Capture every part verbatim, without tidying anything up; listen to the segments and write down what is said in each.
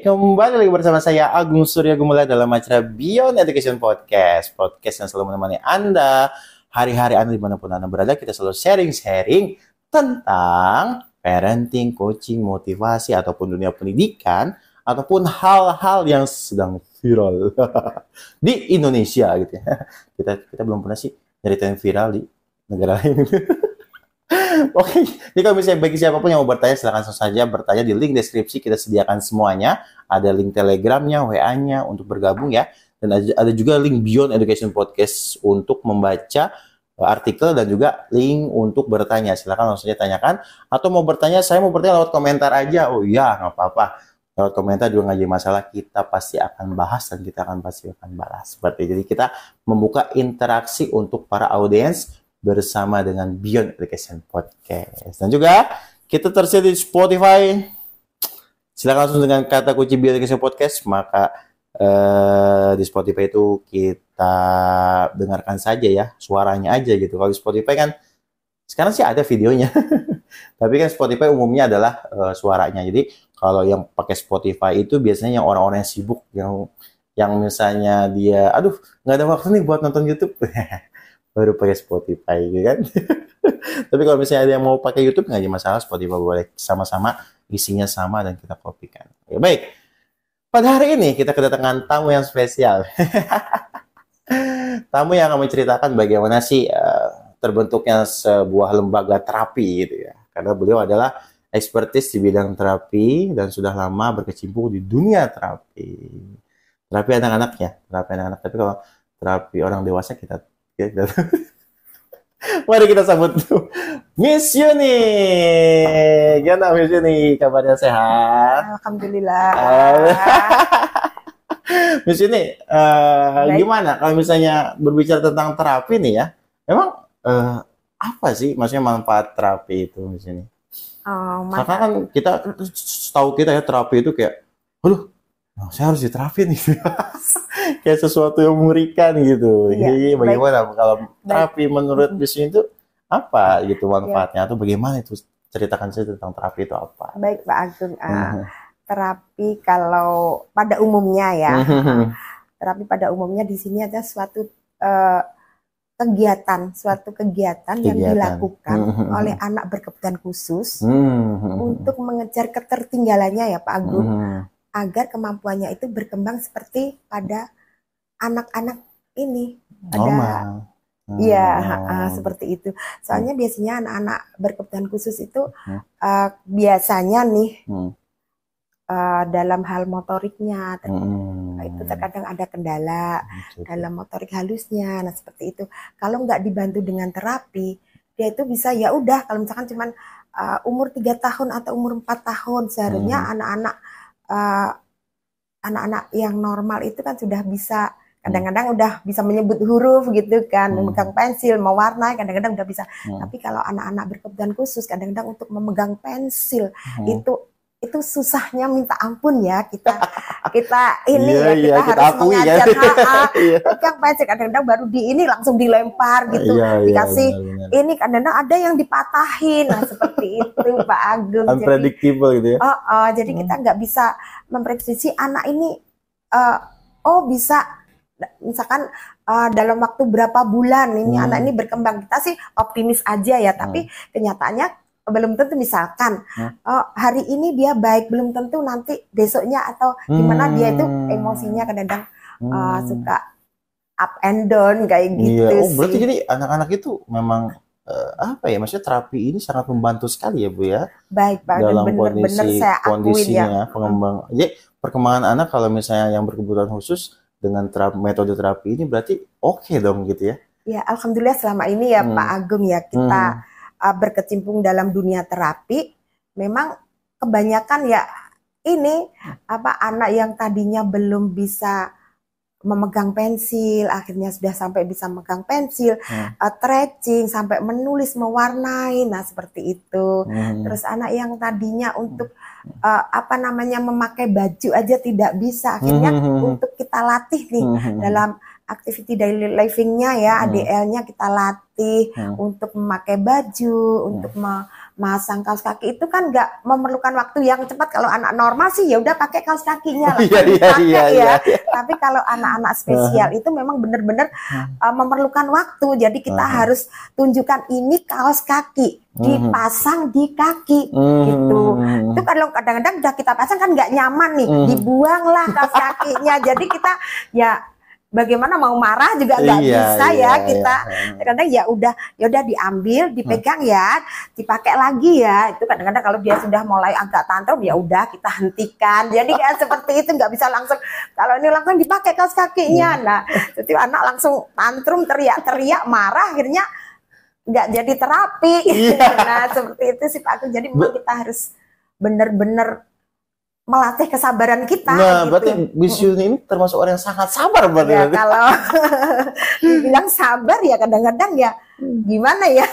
kembali lagi bersama saya Agung Surya Gumula dalam acara Beyond Education Podcast. Podcast yang selalu menemani Anda hari-hari Anda dimanapun Anda berada. Kita selalu sharing-sharing tentang parenting, coaching, motivasi, ataupun dunia pendidikan, ataupun hal-hal yang sedang viral di Indonesia gitu ya. Kita kita belum pernah sih nyeritain viral di negara lain. Oke, jadi kalau misalnya bagi siapapun yang mau bertanya, silahkan langsung saja bertanya di link deskripsi. Kita sediakan semuanya. Ada link Telegramnya, W A-nya untuk bergabung ya. Dan ada juga link Beyond Education Podcast untuk membaca artikel dan juga link untuk bertanya. Silahkan langsung saja tanyakan. Atau mau bertanya, saya mau bertanya lewat komentar aja. Oh iya, nggak apa-apa. Lewat komentar juga nggak jadi masalah. Kita pasti akan bahas dan kita akan pasti akan balas. Seperti itu. Jadi kita membuka interaksi untuk para audiens bersama dengan Beyond Education Podcast. Dan juga kita tersedia di Spotify. Silakan langsung dengan kata kunci Beyond Education Podcast. Maka eh, di Spotify itu kita dengarkan saja ya, suaranya aja gitu. Kalau di Spotify kan sekarang sih ada videonya. Tapi kan Spotify umumnya adalah eh, suaranya. Jadi kalau yang pakai Spotify itu biasanya yang orang-orang yang sibuk, yang yang misalnya dia, aduh nggak ada waktu nih buat nonton YouTube. Baru pakai Spotify gitu kan. Tapi kalau misalnya ada yang mau pakai YouTube nggak ada masalah, Spotify boleh sama-sama, isinya sama dan kita kopikan. Ya, baik. Pada hari ini kita kedatangan tamu yang spesial. Tamu yang akan menceritakan bagaimana sih uh, terbentuknya sebuah lembaga terapi gitu ya. Karena beliau adalah expertise di bidang terapi dan sudah lama berkecimpung di dunia terapi. Terapi anak-anak ya, terapi anak-anak. Tapi kalau terapi orang dewasa kita mari kita sambut Miss Yuni. Gimana Miss Yuni? Kabarnya sehat? Alhamdulillah. Miss Yuni, uh, gimana kalau misalnya berbicara tentang terapi nih ya? Emang uh, apa sih maksudnya manfaat terapi itu Miss Yuni? Oh, Karena kan kita tahu kita ya terapi itu kayak, aduh, oh, saya harus diterapi nih. Kayak sesuatu yang mengerikan gitu. Iya, Jadi bagaimana baik. kalau terapi Baik. menurut Miss Yuni itu apa gitu manfaatnya, ya. Atau bagaimana itu, ceritakan saya tentang terapi itu apa? Baik Pak Agung. Uh, terapi kalau pada umumnya ya, uh, terapi pada umumnya di sini ada suatu uh, kegiatan, suatu kegiatan, kegiatan yang dilakukan oleh anak berkebutuhan khusus untuk mengejar ketertinggalannya ya Pak Agung. Agar kemampuannya itu berkembang seperti pada anak-anak ini. Ada, iya, oh. uh, seperti itu. Soalnya hmm. biasanya anak-anak berkebutuhan khusus itu hmm. uh, biasanya nih hmm. uh, dalam hal motoriknya, hmm. itu terkadang ada kendala hmm. dalam motorik halusnya. Nah seperti itu. Kalau nggak dibantu dengan terapi, dia itu bisa ya udah. Kalau misalkan cuman uh, umur tiga tahun atau umur empat tahun, seharusnya hmm. anak-anak Uh, anak-anak yang normal itu kan sudah bisa kadang-kadang udah bisa menyebut huruf gitu kan, hmm. memegang pensil, mewarnai kadang-kadang udah bisa. Hmm. Tapi kalau anak-anak berkebutuhan khusus kadang-kadang untuk memegang pensil hmm. itu itu susahnya minta ampun ya kita kita ini yeah, ya kita yeah, harus kita mengajar kan? Pegang pensil kadang-kadang baru di ini langsung dilempar gitu yeah, dikasih yeah, benar, benar. Ini kadang-kadang ada yang dipatahin nah seperti itu Pak Agung. Unpredictable gitu ya. Oh, oh jadi hmm. kita nggak bisa memprediksi anak ini uh, oh bisa misalkan uh, dalam waktu berapa bulan ini hmm. anak ini berkembang. Kita sih optimis aja ya tapi hmm. kenyataannya belum tentu. Misalkan hmm. oh, hari ini dia baik, belum tentu nanti besoknya atau gimana hmm. dia itu emosinya kadang-kadang hmm. uh, suka up and down kayak gitu. Iya. Oh sih. Berarti jadi anak-anak itu memang uh, apa ya, maksudnya terapi ini sangat membantu sekali ya Bu ya. Baik Pak, dalam bener, kondisi bener saya kondisinya ya. pengembang. Hmm. Jadi perkembangan anak kalau misalnya yang berkebutuhan khusus dengan terapi, metode terapi ini berarti oke okay dong gitu ya. Ya alhamdulillah selama ini ya hmm. Pak Agung ya kita hmm. berkecimpung dalam dunia terapi, memang kebanyakan ya ini apa anak yang tadinya belum bisa memegang pensil, akhirnya sudah sampai bisa memegang pensil, hmm. uh, stretching, sampai menulis, mewarnai, nah seperti itu. Hmm. Terus anak yang tadinya untuk uh, apa namanya memakai baju aja tidak bisa, akhirnya hmm. untuk kita latih nih hmm. dalam activity daily living-nya ya, hmm. A D L-nya kita latih hmm. untuk memakai baju, hmm. untuk me masang kaos kaki itu kan nggak memerlukan waktu yang cepat. Kalau anak normal sih ya udah pakai kaos kakinya lah, Iya, iya, dipakai iya, ya. iya, iya. Tapi kalau anak-anak spesial itu memang benar-benar uh, memerlukan waktu. Jadi kita Uh-huh. harus tunjukkan ini kaos kaki, dipasang di kaki Hmm. gitu. Itu kalau kadang-kadang udah kita pasang kan nggak nyaman nih, Hmm. dibuanglah kaos kakinya. Jadi kita ya bagaimana mau marah juga nggak Iya, bisa iya, ya kita. iya. Kadang ya udah ya udah diambil, dipegang ya, dipakai lagi ya. Itu kadang-kadang kalau dia sudah mulai agak tantrum ya udah kita hentikan. Jadi kayak seperti itu, nggak bisa langsung kalau ini langsung dipakai kaos kakinya. Nah, jadi anak langsung tantrum, teriak-teriak, marah, akhirnya nggak jadi terapi. Iya. Nah, seperti itu sih Pak Agung. Jadi memang kita harus benar-benar melatih kesabaran kita. Nah, gitu. berarti Miss Yuni ini termasuk orang yang sangat sabar berarti. Ya kalau dibilang sabar ya kadang-kadang ya gimana ya.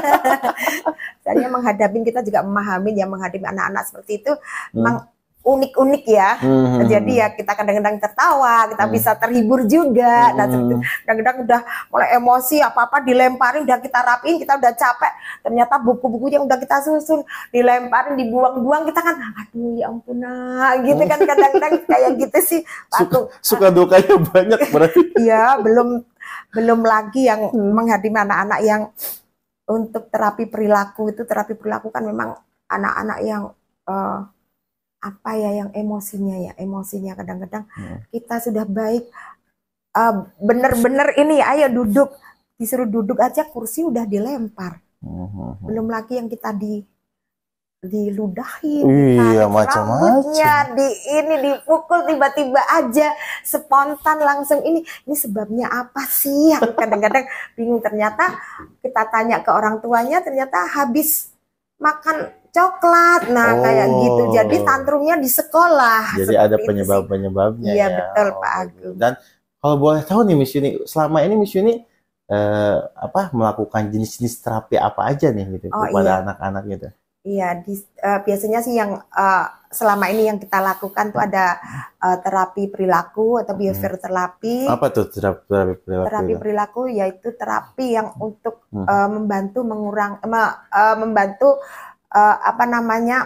Saya menghadapi, kita juga memahami ya, menghadapi anak-anak seperti itu memang unik-unik ya. Hmm. Jadi ya kita kadang-kadang tertawa, kita Hmm. bisa terhibur juga. Nah, Hmm. kadang-kadang udah mulai emosi, apa-apa dilemparin, udah kita rapiin, kita udah capek. Ternyata buku-buku yang udah kita susun dilemparin, dibuang-buang, kita kan aduh ya ampun nah, gitu kan kadang-kadang kayak gitu sih. Suka, Aku suka dukanya banyak berarti. iya, belum belum lagi yang menghadapi anak-anak yang untuk terapi perilaku. Itu terapi perilaku kan memang anak-anak yang eh, apa ya, yang emosinya ya, emosinya kadang-kadang Hmm. kita sudah baik, eh, bener-bener ini ayo duduk, disuruh duduk aja kursi udah dilempar. Hmm. Belum lagi yang kita di diludahin, Iya, ditarik macam-macam. rambutnya, di ini dipukul tiba-tiba aja spontan langsung ini ini sebabnya apa sih? Aku kadang-kadang bingung. Ternyata kita tanya ke orang tuanya, ternyata habis makan coklat. Nah, Oh. kayak gitu. Jadi tantrumnya di sekolah. Jadi Seperti ada itu sih. penyebab-penyebabnya. Iya, ya. betul, Oh, Pak gitu. Agung. Dan kalau boleh tahu nih Miss Yuni, selama ini Miss Yuni eh, apa melakukan jenis-jenis terapi apa aja nih gitu Oh, kepada iya. anak-anak gitu? Iya, di, eh, biasanya sih yang eh, selama ini yang kita lakukan tuh ada eh, terapi perilaku atau behavior terapi. Apa tuh terapi, terapi perilaku? Terapi itu? perilaku yaitu terapi yang untuk Hmm. eh, membantu mengurang, me- eh, membantu eh, apa namanya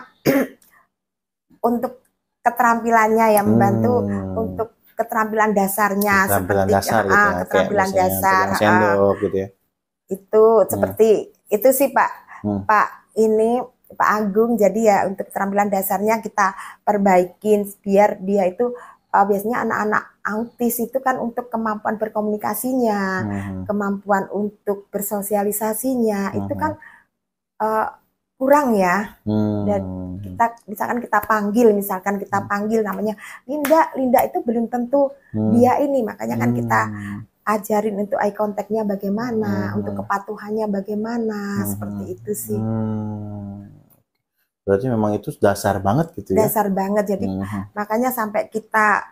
untuk keterampilannya ya, membantu Hmm. untuk keterampilan dasarnya, Keterampilan seperti dasar gitu ah, ya, kayak keterampilan misalnya dasar pegang ah, sendok gitu ya. itu seperti itu sih Pak Hmm. Pak ini Pak Agung. Jadi ya untuk keterampilan dasarnya kita perbaikin biar dia itu uh, biasanya anak-anak autis itu kan untuk kemampuan berkomunikasinya, Hmm. kemampuan untuk bersosialisasinya itu Hmm. kan uh, kurang ya. Hmm. Dan kita misalkan kita panggil, misalkan kita panggil namanya Linda, Linda itu belum tentu Hmm. dia ini, makanya kan kita Hmm. ajarin untuk eye contact-nya bagaimana, Hmm. untuk kepatuhannya bagaimana, Hmm. seperti itu sih. Hmm. Berarti memang itu dasar banget gitu ya. Dasar banget. Jadi Hmm. makanya sampai kita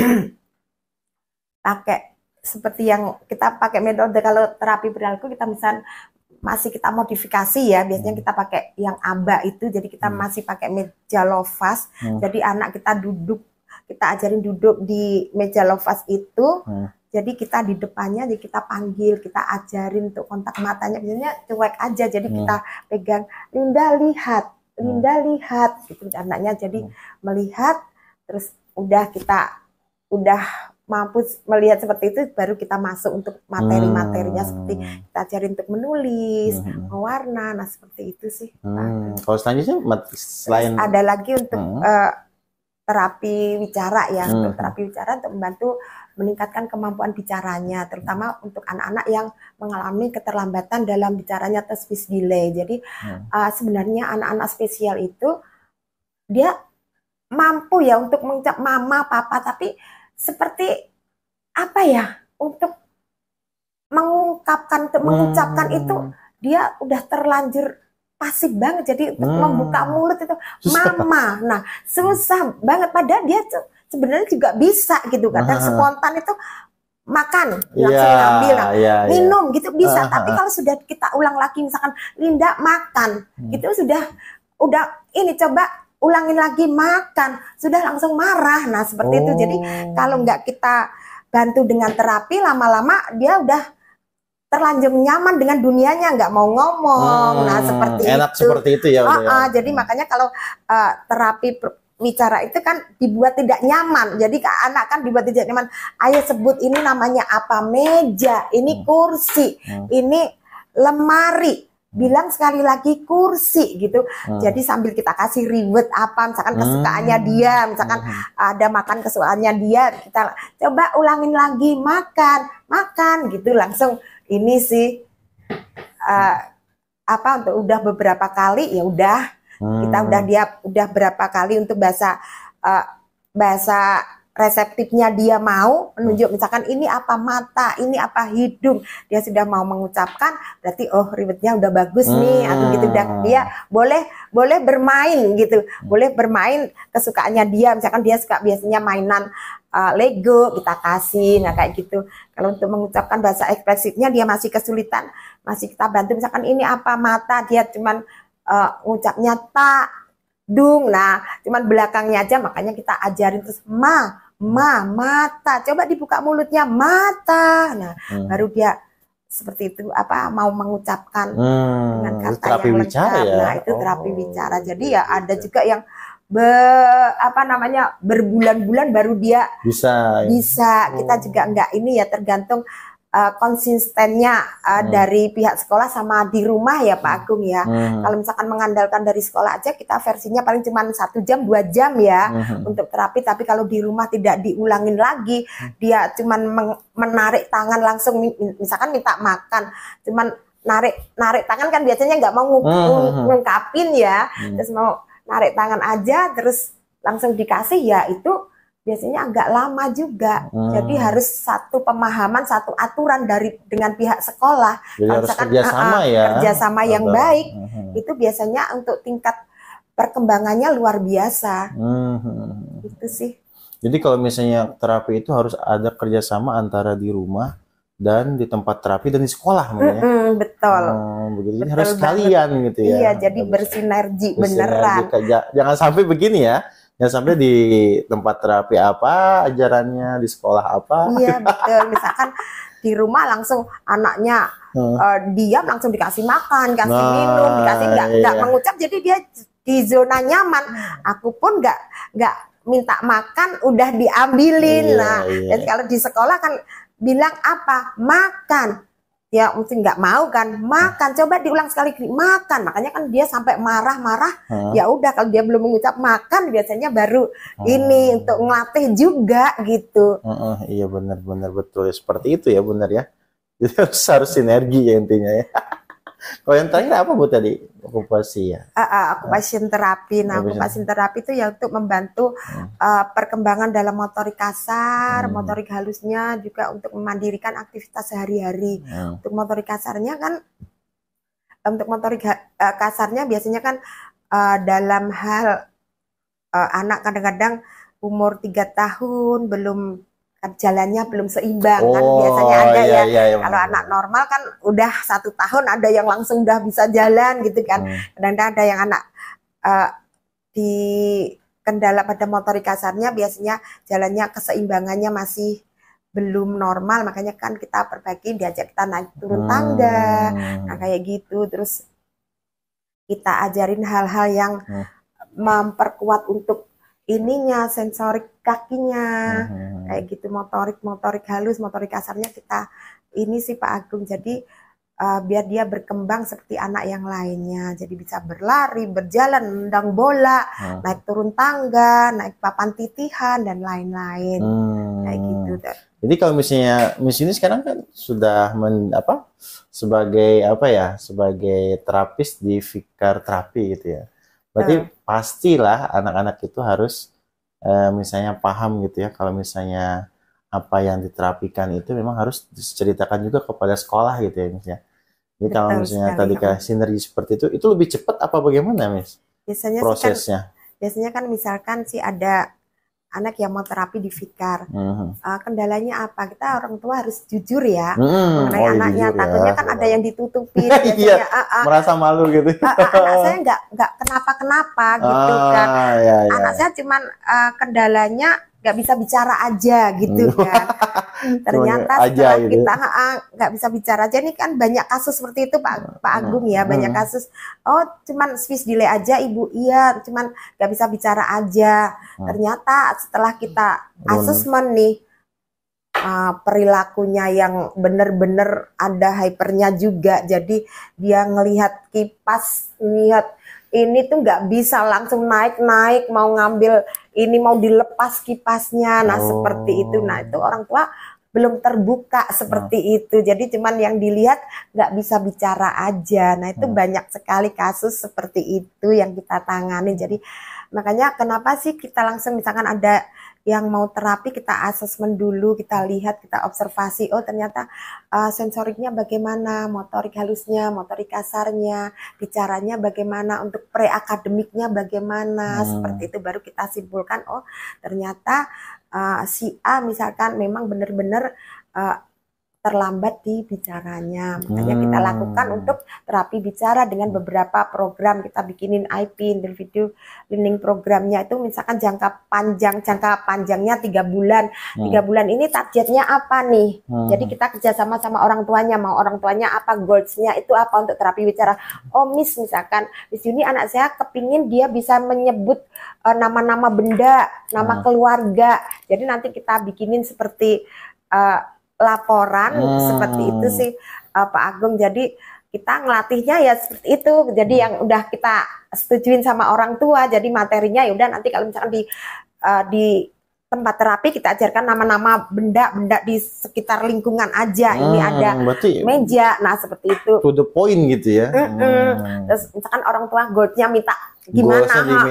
pakai seperti yang kita pakai metode kalau terapi perilaku, kita misal masih kita modifikasi ya, biasanya kita pakai yang A B A itu, jadi kita Hmm. masih pakai meja louvas. Hmm. Jadi anak kita duduk, kita ajarin duduk di meja louvas itu. Hmm. Jadi kita di depannya, jadi kita panggil, kita ajarin untuk kontak matanya, biasanya cuek aja. Jadi Hmm. kita pegang, Linda lihat, Linda lihat, gitu anaknya. Jadi Hmm. melihat, terus udah kita udah mampu melihat seperti itu, baru kita masuk untuk materi-materinya, Hmm. seperti kita ajarin untuk menulis, Hmm. mewarna, nah seperti itu sih. Hmm. Kalau selanjutnya mat- selain Terus ada lagi untuk Hmm. eh, terapi bicara ya, Hmm. untuk terapi bicara untuk membantu meningkatkan kemampuan bicaranya, terutama untuk anak-anak yang mengalami keterlambatan dalam bicaranya atau speech delay. Jadi Hmm. uh, sebenarnya anak-anak spesial itu dia mampu ya untuk mengucap mama, papa, tapi seperti apa ya, untuk mengungkapkan, untuk mengucapkan Hmm. itu dia udah terlanjur pasif banget. Jadi untuk Hmm. membuka mulut itu Susah. mama, nah susah banget. Padahal dia tuh sebenarnya juga bisa gitu. Kadang Ah. spontan itu makan, Iya, langsung ngambil, nah, iya, iya. minum gitu bisa. Ah, Tapi ah, ah. kalau sudah kita ulang lagi, misalkan Linda makan, Hmm. gitu sudah, udah ini coba ulangin lagi makan, sudah langsung marah. Nah seperti itu. Jadi Oh. kalau nggak kita bantu dengan terapi, lama-lama dia udah terlanjur nyaman dengan dunianya, nggak mau ngomong. Hmm, nah seperti enak itu. seperti itu ya, uh, uh, ya. Jadi makanya kalau uh, terapi bicara itu kan dibuat tidak nyaman. Jadi anak kan dibuat tidak nyaman. Ayo sebut ini namanya apa? Meja, ini kursi, hmm. ini lemari. Bilang sekali lagi kursi gitu. Hmm. Jadi sambil kita kasih ribet apa, misalkan kesukaannya hmm. dia, misalkan hmm. ada makan kesukaannya dia, kita coba ulangin lagi makan, makan gitu langsung. Ini sih uh, apa untuk udah beberapa kali ya udah hmm. kita udah dia udah berapa kali untuk bahasa uh, bahasa reseptifnya dia mau menunjuk, misalkan ini apa mata, ini apa hidung, dia sudah mau mengucapkan, berarti oh ribetnya udah bagus nih, hmm. atau gitu udah dia boleh boleh bermain gitu, boleh bermain kesukaannya dia, misalkan dia suka biasanya mainan uh, Lego, kita kasih, nah kayak gitu. Kalau untuk mengucapkan bahasa ekspresifnya dia masih kesulitan, masih kita bantu, misalkan ini apa mata, dia cuman uh, ngucapnya tak, dung, nah cuman belakangnya aja, makanya kita ajarin terus ma, ma, mata, coba dibuka mulutnya mata, nah hmm. baru dia seperti itu apa mau mengucapkan hmm, dengan kata yang lengkap, ya? Nah itu terapi oh, bicara. Jadi ya ada juga yang be, apa namanya berbulan-bulan baru dia bisa, bisa. Ya? Kita oh. juga enggak ini ya tergantung Uh, konsistennya uh, hmm. dari pihak sekolah sama di rumah ya Pak Agung ya. Hmm. Kalau misalkan mengandalkan dari sekolah aja kita versinya paling cuma satu jam dua jam ya hmm. untuk terapi. Tapi kalau di rumah tidak diulangin lagi, hmm. dia cuman menarik tangan langsung, misalkan minta makan, cuman narik narik tangan kan biasanya nggak mau hmm. ngungkapin ya, hmm. terus mau narik tangan aja terus langsung dikasih ya itu. Biasanya agak lama juga, hmm. jadi harus satu pemahaman, satu aturan dari dengan pihak sekolah. Jadi kalau harus kerjasama uh, ya, kerjasama yang Atau, baik, hmm. itu biasanya untuk tingkat perkembangannya luar biasa. Hmm. Itu sih. Jadi kalau misalnya terapi itu harus ada kerjasama antara di rumah dan di tempat terapi dan di sekolah, mm -mm, betul. Oh, begitu. Jadi betul harus sekalian gitu ya. Iya, jadi harus bersinergi, bersinergi beneran. Jangan sampai begini ya. Ya sampai di tempat terapi apa, ajarannya di sekolah apa. Iya betul, misalkan di rumah langsung anaknya hmm. uh, diam langsung dikasih makan, kasih nah, minum, dikasih nggak nggak iya. mengucap, jadi dia di zona nyaman. Aku pun nggak nggak minta makan, udah diambilin. Iya, nah, iya. Dan kalau di sekolah kan bilang apa, makan. Ya mungkin nggak mau kan makan, coba diulang sekali makan, makanya kan dia sampai marah-marah. Hmm. Ya udah kalau dia belum mengucap makan biasanya baru hmm. ini untuk ngelatih juga gitu. Hmm, iya benar-benar betul seperti itu ya, benar ya. Jadi harus harus sinergi ya intinya ya. Kalau yang terakhir apa Bu tadi? Okupasi ya? Uh, uh, okupasi terapi. Nah, okupasi terapi itu ya untuk membantu hmm. uh, perkembangan dalam motorik kasar, hmm. motorik halusnya, juga untuk memandirikan aktivitas sehari-hari. Hmm. Untuk motorik kasarnya kan, untuk motorik uh, kasarnya biasanya kan uh, dalam hal uh, anak kadang-kadang umur tiga tahun belum jalannya belum seimbang oh, kan biasanya ada iya, ya iya, iya, kalau iya. anak normal kan udah satu tahun ada yang langsung udah bisa jalan gitu kan hmm. kadang-kadang ada yang anak uh, di kendala pada motorik kasarnya biasanya jalannya keseimbangannya masih belum normal, makanya kan kita perbaiki, diajak kita naik turun hmm. tangga, nah kayak gitu, terus kita ajarin hal-hal yang hmm. memperkuat untuk ininya, sensorik kakinya, hmm. kayak gitu, motorik, motorik halus, motorik kasarnya kita ini sih Pak Agung, jadi uh, biar dia berkembang seperti anak yang lainnya, jadi bisa berlari, berjalan, nendang bola, hmm. naik turun tangga, naik papan titihan dan lain-lain, hmm. kayak gitu. Jadi kalau misalnya Miss ini sekarang kan sudah men, apa sebagai apa ya, sebagai terapis di Fikar Terapi gitu ya. Berarti hmm. pastilah anak-anak itu harus eh, misalnya paham gitu ya, kalau misalnya apa yang diterapikan itu memang harus diceritakan juga kepada sekolah gitu ya misalnya. Jadi betul, kalau misalnya tadi kayak sinergi seperti itu, itu lebih cepat apa bagaimana Miss? Biasanya prosesnya? Kan, biasanya kan misalkan sih ada anak yang mau terapi di Fikar, uh-huh. uh, kendalanya apa? Kita orang tua harus jujur ya uh-huh. mengenai oh, anaknya. Jujur, takutnya ya. Kan ada yang ditutupin, biasanya, uh, uh, merasa malu gitu. Uh, uh, anak saya nggak nggak kenapa-kenapa gitu ah, kan. Ya, ya. Anak saya cuman uh, kendalanya nggak bisa bicara aja gitu kan. Ternyata setelah gitu. kita nggak bisa bicara aja, ini kan banyak kasus seperti itu Pak Pak Agung ya, banyak kasus. Oh cuman Swiss delay aja Ibu, iya cuman nggak bisa bicara aja. Ternyata setelah kita asesmen nih, uh, perilakunya yang benar-benar ada hypernya juga, jadi dia ngelihat kipas, ngelihat ini tuh nggak bisa langsung naik-naik, mau ngambil ini mau dilepas kipasnya, nah oh. seperti itu. Nah itu orang tua belum terbuka seperti nah. itu, jadi cuman yang dilihat nggak bisa bicara aja. Nah itu nah. banyak sekali kasus seperti itu yang kita tangani. Jadi makanya kenapa sih kita langsung misalkan ada yang mau terapi, kita asesmen dulu, kita lihat, kita observasi, oh ternyata uh, sensoriknya bagaimana, motorik halusnya, motorik kasarnya, bicaranya bagaimana, untuk pre-akademiknya bagaimana, hmm. seperti itu baru kita simpulkan, oh ternyata uh, si A misalkan memang benar-benar uh, terlambat di bicaranya. Makanya hmm. kita lakukan untuk terapi bicara dengan beberapa program. Kita bikinin I P, individu learning programnya itu misalkan jangka panjang, jangka panjangnya tiga bulan. Tiga hmm. bulan ini targetnya apa nih? Hmm. Jadi kita kerjasama sama orang tuanya, mau orang tuanya apa, goalsnya itu apa untuk terapi bicara. Oh Miss misalkan, di sini anak saya kepingin dia bisa menyebut nama-nama uh, benda, nama hmm. keluarga. Jadi nanti kita bikinin seperti uh, laporan hmm. seperti itu sih uh, Pak Agung. Jadi kita ngelatihnya ya seperti itu. Jadi yang udah kita setujuin sama orang tua. Jadi materinya ya udah nanti kalau misalkan di uh, di tempat terapi kita ajarkan nama-nama benda-benda di sekitar lingkungan aja. Hmm, ini ada meja. Nah seperti itu. To the point gitu ya. Mm -mm. Hmm. Terus misalkan orang tua goalsnya minta gimana?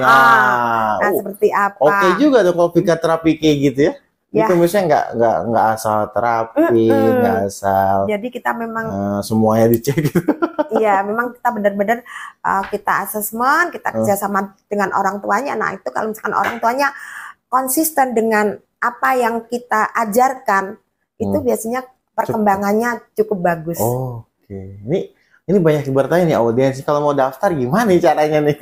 Ah. Nah oh, seperti apa? Oke okay juga dong kalau pikir terapi kayak gitu ya. Ya. Itu misalnya nggak nggak nggak asal terapi, nggak mm -mm. asal. Jadi kita memang uh, semuanya dicek. Iya, memang kita benar-benar uh, kita asesmen, kita kerjasama uh. dengan orang tuanya. Nah itu kalau misalkan orang tuanya konsisten dengan apa yang kita ajarkan, hmm. itu biasanya perkembangannya cukup bagus. Oh, oke, okay. ini ini banyak yang bertanya nih audiens, kalau mau daftar gimana nih caranya nih?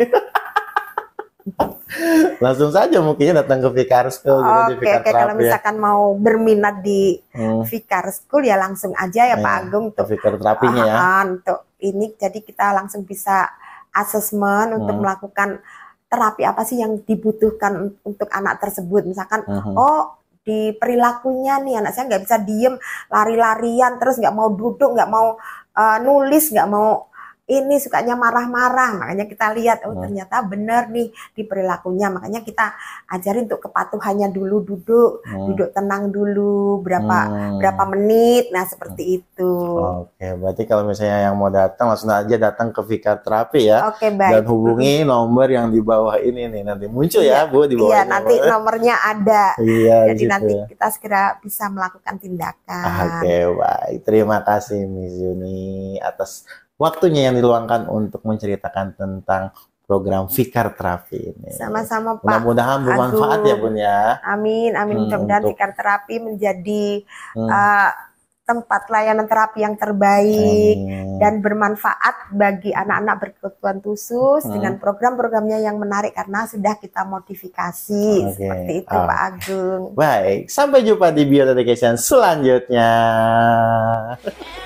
Langsung saja mungkinnya datang ke Fikar School. Oke, gitu, okay, okay. Kalau misalkan ya. mau berminat di hmm. Fikar School ya langsung aja ya, ya Pak Agung untuk Fikar terapinya uh, ya. Untuk ini jadi kita langsung bisa asesmen hmm. untuk melakukan terapi apa sih yang dibutuhkan untuk anak tersebut. Misalkan hmm. oh di perilakunya nih anak saya nggak bisa diem, lari-larian terus nggak mau duduk, nggak mau uh, nulis, nggak mau ini sukanya marah-marah, makanya kita lihat oh ternyata benar nih di perilakunya, makanya kita ajarin untuk kepatuhannya dulu, duduk hmm. duduk tenang dulu berapa hmm. berapa menit, nah seperti itu. Oke, berarti kalau misalnya yang mau datang langsung aja datang ke Fikar Terapi ya. Oke, baik. Dan hubungi nomor yang di bawah ini nih, nanti muncul ya, ya Bu di bawah. Iya, nanti nomornya ada. Iya, jadi gitu. Nanti kita segera bisa melakukan tindakan. Oke, baik. Terima kasih Miss Yuni atas waktunya yang diluangkan untuk menceritakan tentang program Fikar Terapi ini. Sama-sama Pak. Mudah-mudahan bermanfaat Aduh. ya Bun ya. Amin, amin. Mudah-mudahan hmm, untuk... Fikar Terapi menjadi hmm. uh, tempat layanan terapi yang terbaik amin. Dan bermanfaat bagi anak-anak berkebutuhan khusus hmm. dengan program-programnya yang menarik karena sudah kita modifikasi okay. seperti itu oh. Pak Agung. Baik, sampai jumpa di Beyond Education selanjutnya.